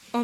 En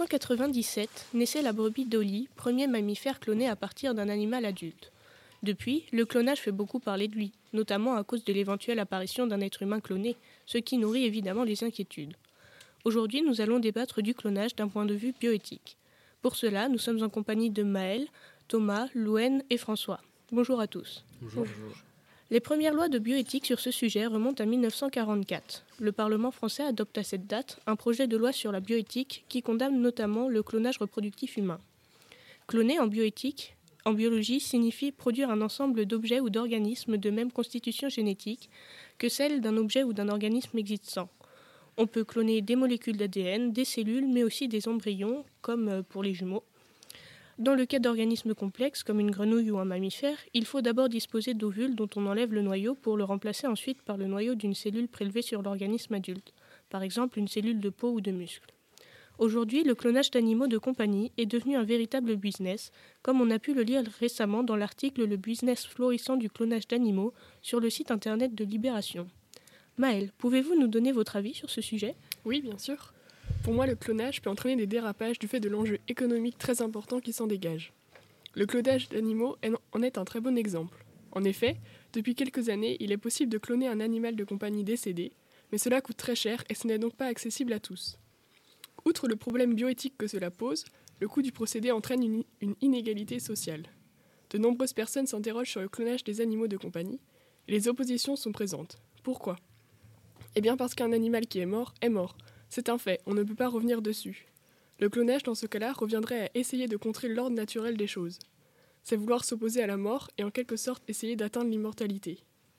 1997, naissait la brebis Dolly, premier mammifère cloné à partir d'un animal adulte. Depuis, le clonage fait beaucoup parler de lui, notamment à cause de l'éventuelle apparition d'un être humain cloné, ce qui nourrit évidemment les inquiétudes. Aujourd'hui, nous allons débattre du clonage d'un point de vue bioéthique. Pour cela, nous sommes en compagnie de Maël, Thomas, Louen et François. Bonjour à tous. Bonjour. Les premières lois de bioéthique sur ce sujet remontent à 1944. Le Parlement français adopte à cette date un projet de loi sur la bioéthique qui condamne notamment le clonage reproductif humain. Cloner en bioéthique, en biologie, signifie produire un ensemble d'objets ou d'organismes de même constitution génétique que celle d'un objet ou d'un organisme existant. On peut cloner des molécules d'ADN, des cellules, mais aussi des embryons, comme pour les jumeaux. Dans le cas d'organismes complexes, comme une grenouille ou un mammifère, il faut d'abord disposer d'ovules dont on enlève le noyau pour le remplacer ensuite par le noyau d'une cellule prélevée sur l'organisme adulte, par exemple une cellule de peau ou de muscle. Aujourd'hui, le clonage d'animaux de compagnie est devenu un véritable business, comme on a pu le lire récemment dans l'article Le business florissant du clonage d'animaux sur le site internet de Libération. Maël, pouvez-vous nous donner votre avis sur ce sujet ? Oui, bien sûr. Pour moi, le clonage peut entraîner des dérapages du fait de l'enjeu économique très important qui s'en dégage. Le clonage d'animaux en est un très bon exemple. En effet, depuis quelques années, il est possible de cloner un animal de compagnie décédé, mais cela coûte très cher et ce n'est donc pas accessible à tous. Outre le problème bioéthique que cela pose, le coût du procédé entraîne une inégalité sociale. De nombreuses personnes s'interrogent sur le clonage des animaux de compagnie, et les oppositions sont présentes. Pourquoi ? Eh bien parce qu'un animal qui est mort. C'est un fait, on ne peut pas revenir dessus. Le clonage dans ce cas-là reviendrait à essayer de contrer l'ordre naturel des choses. C'est vouloir s'opposer à la mort et en quelque sorte essayer d'atteindre l'immortalité.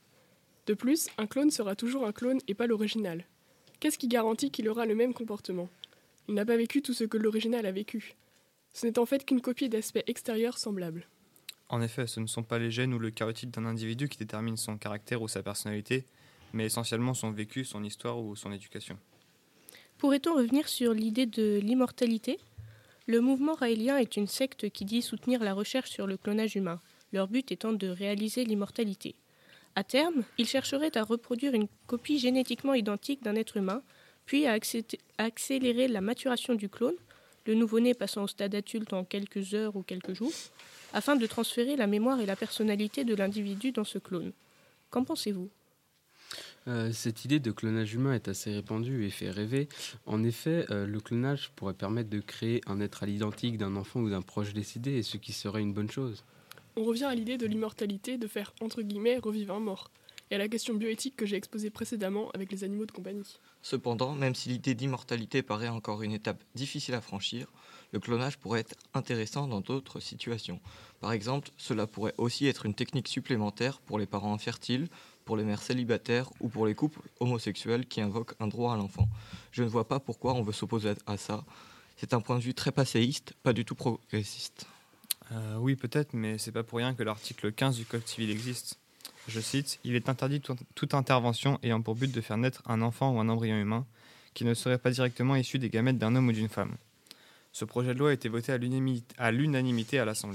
De plus, un clone sera toujours un clone et pas l'original. Qu'est-ce qui garantit qu'il aura le même comportement ? Il n'a pas vécu tout ce que l'original a vécu. Ce n'est en fait qu'une copie d'aspect extérieur semblable. En effet, ce ne sont pas les gènes ou le karyotype d'un individu qui déterminent son caractère ou sa personnalité, mais essentiellement son vécu, son histoire ou son éducation. Pourrait-on revenir sur l'idée de l'immortalité ? Le mouvement raélien est une secte qui dit soutenir la recherche sur le clonage humain, leur but étant de réaliser l'immortalité. À terme, ils chercheraient à reproduire une copie génétiquement identique d'un être humain, puis à accélérer la maturation du clone, le nouveau-né passant au stade adulte en quelques heures ou quelques jours, afin de transférer la mémoire et la personnalité de l'individu dans ce clone. Qu'en pensez-vous ? Cette idée de clonage humain est assez répandue et fait rêver. En effet, le clonage pourrait permettre de créer un être à l'identique d'un enfant ou d'un proche décédé, et ce qui serait une bonne chose. On revient à l'idée de l'immortalité, de faire entre guillemets revivre un mort, et à la question bioéthique que j'ai exposée précédemment avec les animaux de compagnie. Cependant, même si l'idée d'immortalité paraît encore une étape difficile à franchir, le clonage pourrait être intéressant dans d'autres situations. Par exemple, cela pourrait aussi être une technique supplémentaire pour les parents infertiles, pour les mères célibataires ou pour les couples homosexuels qui invoquent un droit à l'enfant. Je ne vois pas pourquoi on veut s'opposer à ça. C'est un point de vue très passéiste, pas du tout progressiste. Oui, peut-être, mais c'est pas pour rien que l'article 15 du Code civil existe. Je cite, « Il est interdit toute intervention ayant pour but de faire naître un enfant ou un embryon humain qui ne serait pas directement issu des gamètes d'un homme ou d'une femme. » Ce projet de loi a été voté à l'unanimité à l'Assemblée.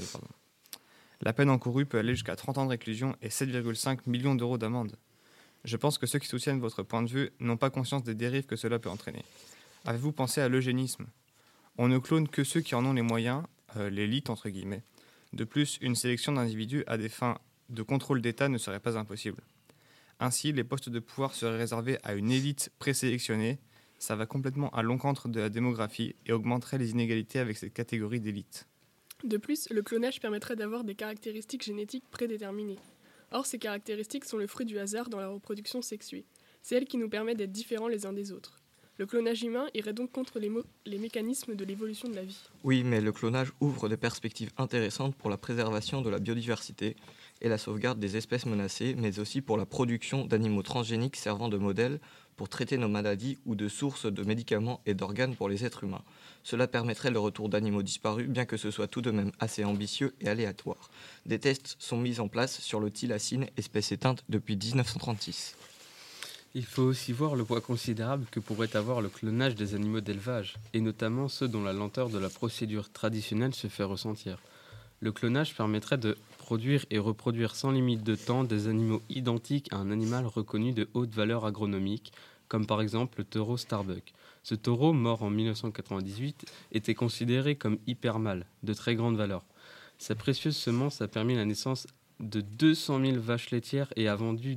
La peine encourue peut aller jusqu'à 30 ans de réclusion et 7,5 millions d'euros d'amende. Je pense que ceux qui soutiennent votre point de vue n'ont pas conscience des dérives que cela peut entraîner. Avez-vous pensé à l'eugénisme ? On ne clone que ceux qui en ont les moyens, l'élite entre guillemets. De plus, une sélection d'individus à des fins de contrôle d'État ne serait pas impossible. Ainsi, les postes de pouvoir seraient réservés à une élite présélectionnée. Ça va complètement à l'encontre de la démographie et augmenterait les inégalités avec cette catégorie d'élite. De plus, le clonage permettrait d'avoir des caractéristiques génétiques prédéterminées. Or, ces caractéristiques sont le fruit du hasard dans la reproduction sexuée. C'est elle qui nous permet d'être différents les uns des autres. Le clonage humain irait donc contre les mécanismes de l'évolution de la vie. Oui, mais le clonage ouvre des perspectives intéressantes pour la préservation de la biodiversité et la sauvegarde des espèces menacées, mais aussi pour la production d'animaux transgéniques servant de modèle pour traiter nos maladies ou de source de médicaments et d'organes pour les êtres humains. Cela permettrait le retour d'animaux disparus, bien que ce soit tout de même assez ambitieux et aléatoire. Des tests sont mis en place sur le thylacine, espèce éteinte depuis 1936. Il faut aussi voir le poids considérable que pourrait avoir le clonage des animaux d'élevage, et notamment ceux dont la lenteur de la procédure traditionnelle se fait ressentir. Le clonage permettrait de produire et reproduire sans limite de temps des animaux identiques à un animal reconnu de haute valeur agronomique, comme par exemple le taureau Starbuck. Ce taureau, mort en 1998, était considéré comme hyper mâle, de très grande valeur. Sa précieuse semence a permis la naissance de 200 000 vaches laitières et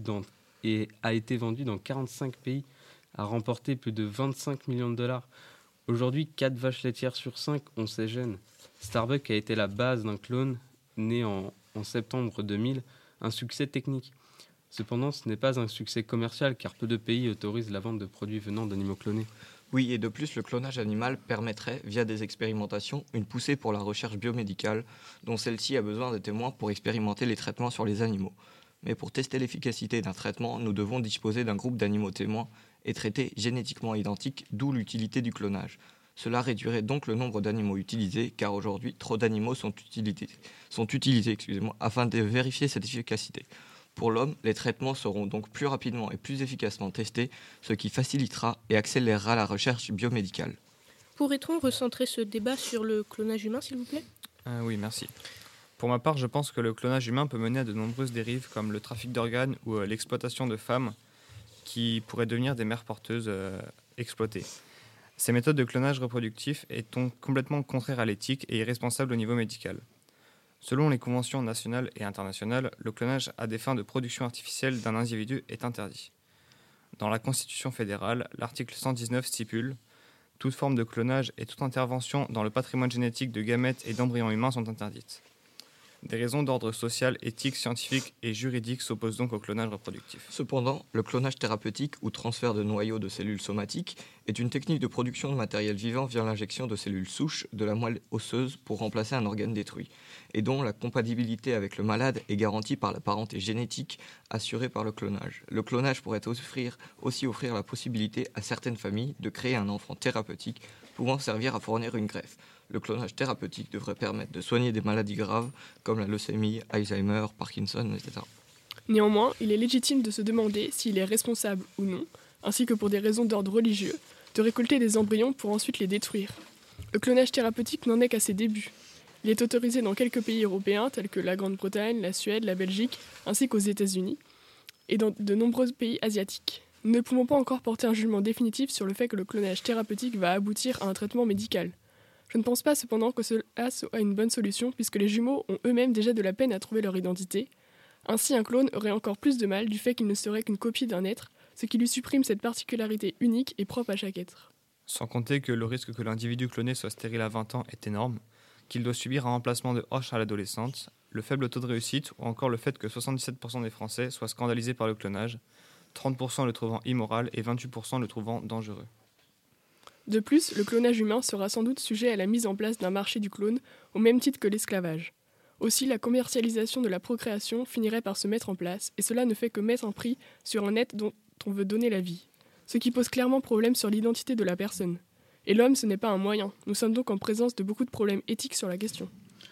a été vendue dans 45 pays, a remporté plus de 25 millions de dollars. Aujourd'hui, 4 vaches laitières sur 5 ont ces gènes. Starbucks a été la base d'un clone né en septembre 2000, un succès technique. Cependant, ce n'est pas un succès commercial car peu de pays autorisent la vente de produits venant d'animaux clonés. Oui, et de plus, le clonage animal permettrait, via des expérimentations, une poussée pour la recherche biomédicale, dont celle-ci a besoin de témoins pour expérimenter les traitements sur les animaux. Mais pour tester l'efficacité d'un traitement, nous devons disposer d'un groupe d'animaux témoins et traités génétiquement identiques, d'où l'utilité du clonage. Cela réduirait donc le nombre d'animaux utilisés, car aujourd'hui, trop d'animaux sont utilisés afin de vérifier cette efficacité. Pour l'homme, les traitements seront donc plus rapidement et plus efficacement testés, ce qui facilitera et accélérera la recherche biomédicale. Pourrait-on recentrer ce débat sur le clonage humain, s'il vous plaît ? Oui, merci. Pour ma part, je pense que le clonage humain peut mener à de nombreuses dérives, comme le trafic d'organes ou l'exploitation de femmes qui pourraient devenir des mères porteuses exploitées. Ces méthodes de clonage reproductif étant complètement contraires à l'éthique et irresponsables au niveau médical. Selon les conventions nationales et internationales, le clonage à des fins de production artificielle d'un individu est interdit. Dans la Constitution fédérale, l'article 119 stipule « Toute forme de clonage et toute intervention dans le patrimoine génétique de gamètes et d'embryons humains sont interdites ». Des raisons d'ordre social, éthique, scientifique et juridique s'opposent donc au clonage reproductif. Cependant, le clonage thérapeutique ou transfert de noyaux de cellules somatiques est une technique de production de matériel vivant via l'injection de cellules souches de la moelle osseuse pour remplacer un organe détruit, et dont la compatibilité avec le malade est garantie par la parenté génétique assurée par le clonage. Le clonage pourrait aussi offrir la possibilité à certaines familles de créer un enfant thérapeutique pouvant servir à fournir une greffe. Le clonage thérapeutique devrait permettre de soigner des maladies graves comme la leucémie, Alzheimer, Parkinson, etc. Néanmoins, il est légitime de se demander s'il est responsable ou non, ainsi que pour des raisons d'ordre religieux, de récolter des embryons pour ensuite les détruire. Le clonage thérapeutique n'en est qu'à ses débuts. Il est autorisé dans quelques pays européens tels que la Grande-Bretagne, la Suède, la Belgique, ainsi qu'aux États-Unis, et dans de nombreux pays asiatiques. Nous ne pouvons pas encore porter un jugement définitif sur le fait que le clonage thérapeutique va aboutir à un traitement médical. Je ne pense pas cependant que cela soit une bonne solution puisque les jumeaux ont eux-mêmes déjà de la peine à trouver leur identité. Ainsi, un clone aurait encore plus de mal du fait qu'il ne serait qu'une copie d'un être, ce qui lui supprime cette particularité unique et propre à chaque être. Sans compter que le risque que l'individu cloné soit stérile à 20 ans est énorme, qu'il doit subir un remplacement de hanche à l'adolescente, le faible taux de réussite ou encore le fait que 77% des Français soient scandalisés par le clonage, 30% le trouvant immoral et 28% le trouvant dangereux. De plus, le clonage humain sera sans doute sujet à la mise en place d'un marché du clone, au même titre que l'esclavage. Aussi, la commercialisation de la procréation finirait par se mettre en place, et cela ne fait que mettre un prix sur un être dont on veut donner la vie, ce qui pose clairement problème sur l'identité de la personne. Et l'homme, ce n'est pas un moyen. Nous sommes donc en présence de beaucoup de problèmes éthiques sur la question.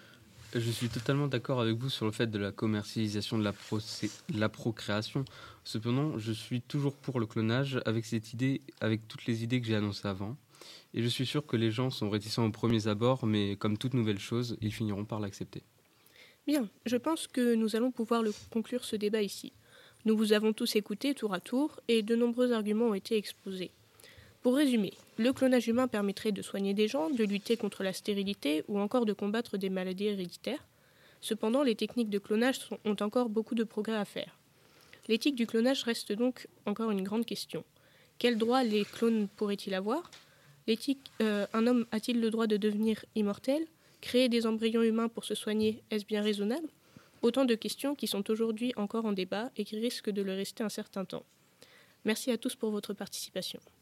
Je suis totalement d'accord avec vous sur le fait de la commercialisation de la procréation. Cependant, je suis toujours pour le clonage avec toutes les idées que j'ai annoncées avant. Et je suis sûr que les gens sont réticents aux premiers abords, mais comme toute nouvelle chose, ils finiront par l'accepter. Bien, je pense que nous allons pouvoir conclure ce débat ici. Nous vous avons tous écoutés tour à tour et de nombreux arguments ont été exposés. Pour résumer, le clonage humain permettrait de soigner des gens, de lutter contre la stérilité ou encore de combattre des maladies héréditaires. Cependant, les techniques de clonage ont encore beaucoup de progrès à faire. L'éthique du clonage reste donc encore une grande question. Quels droits les clones pourraient-ils avoir ? Un homme a-t-il le droit de devenir immortel ? Créer des embryons humains pour se soigner, est-ce bien raisonnable ? Autant de questions qui sont aujourd'hui encore en débat et qui risquent de le rester un certain temps. Merci à tous pour votre participation.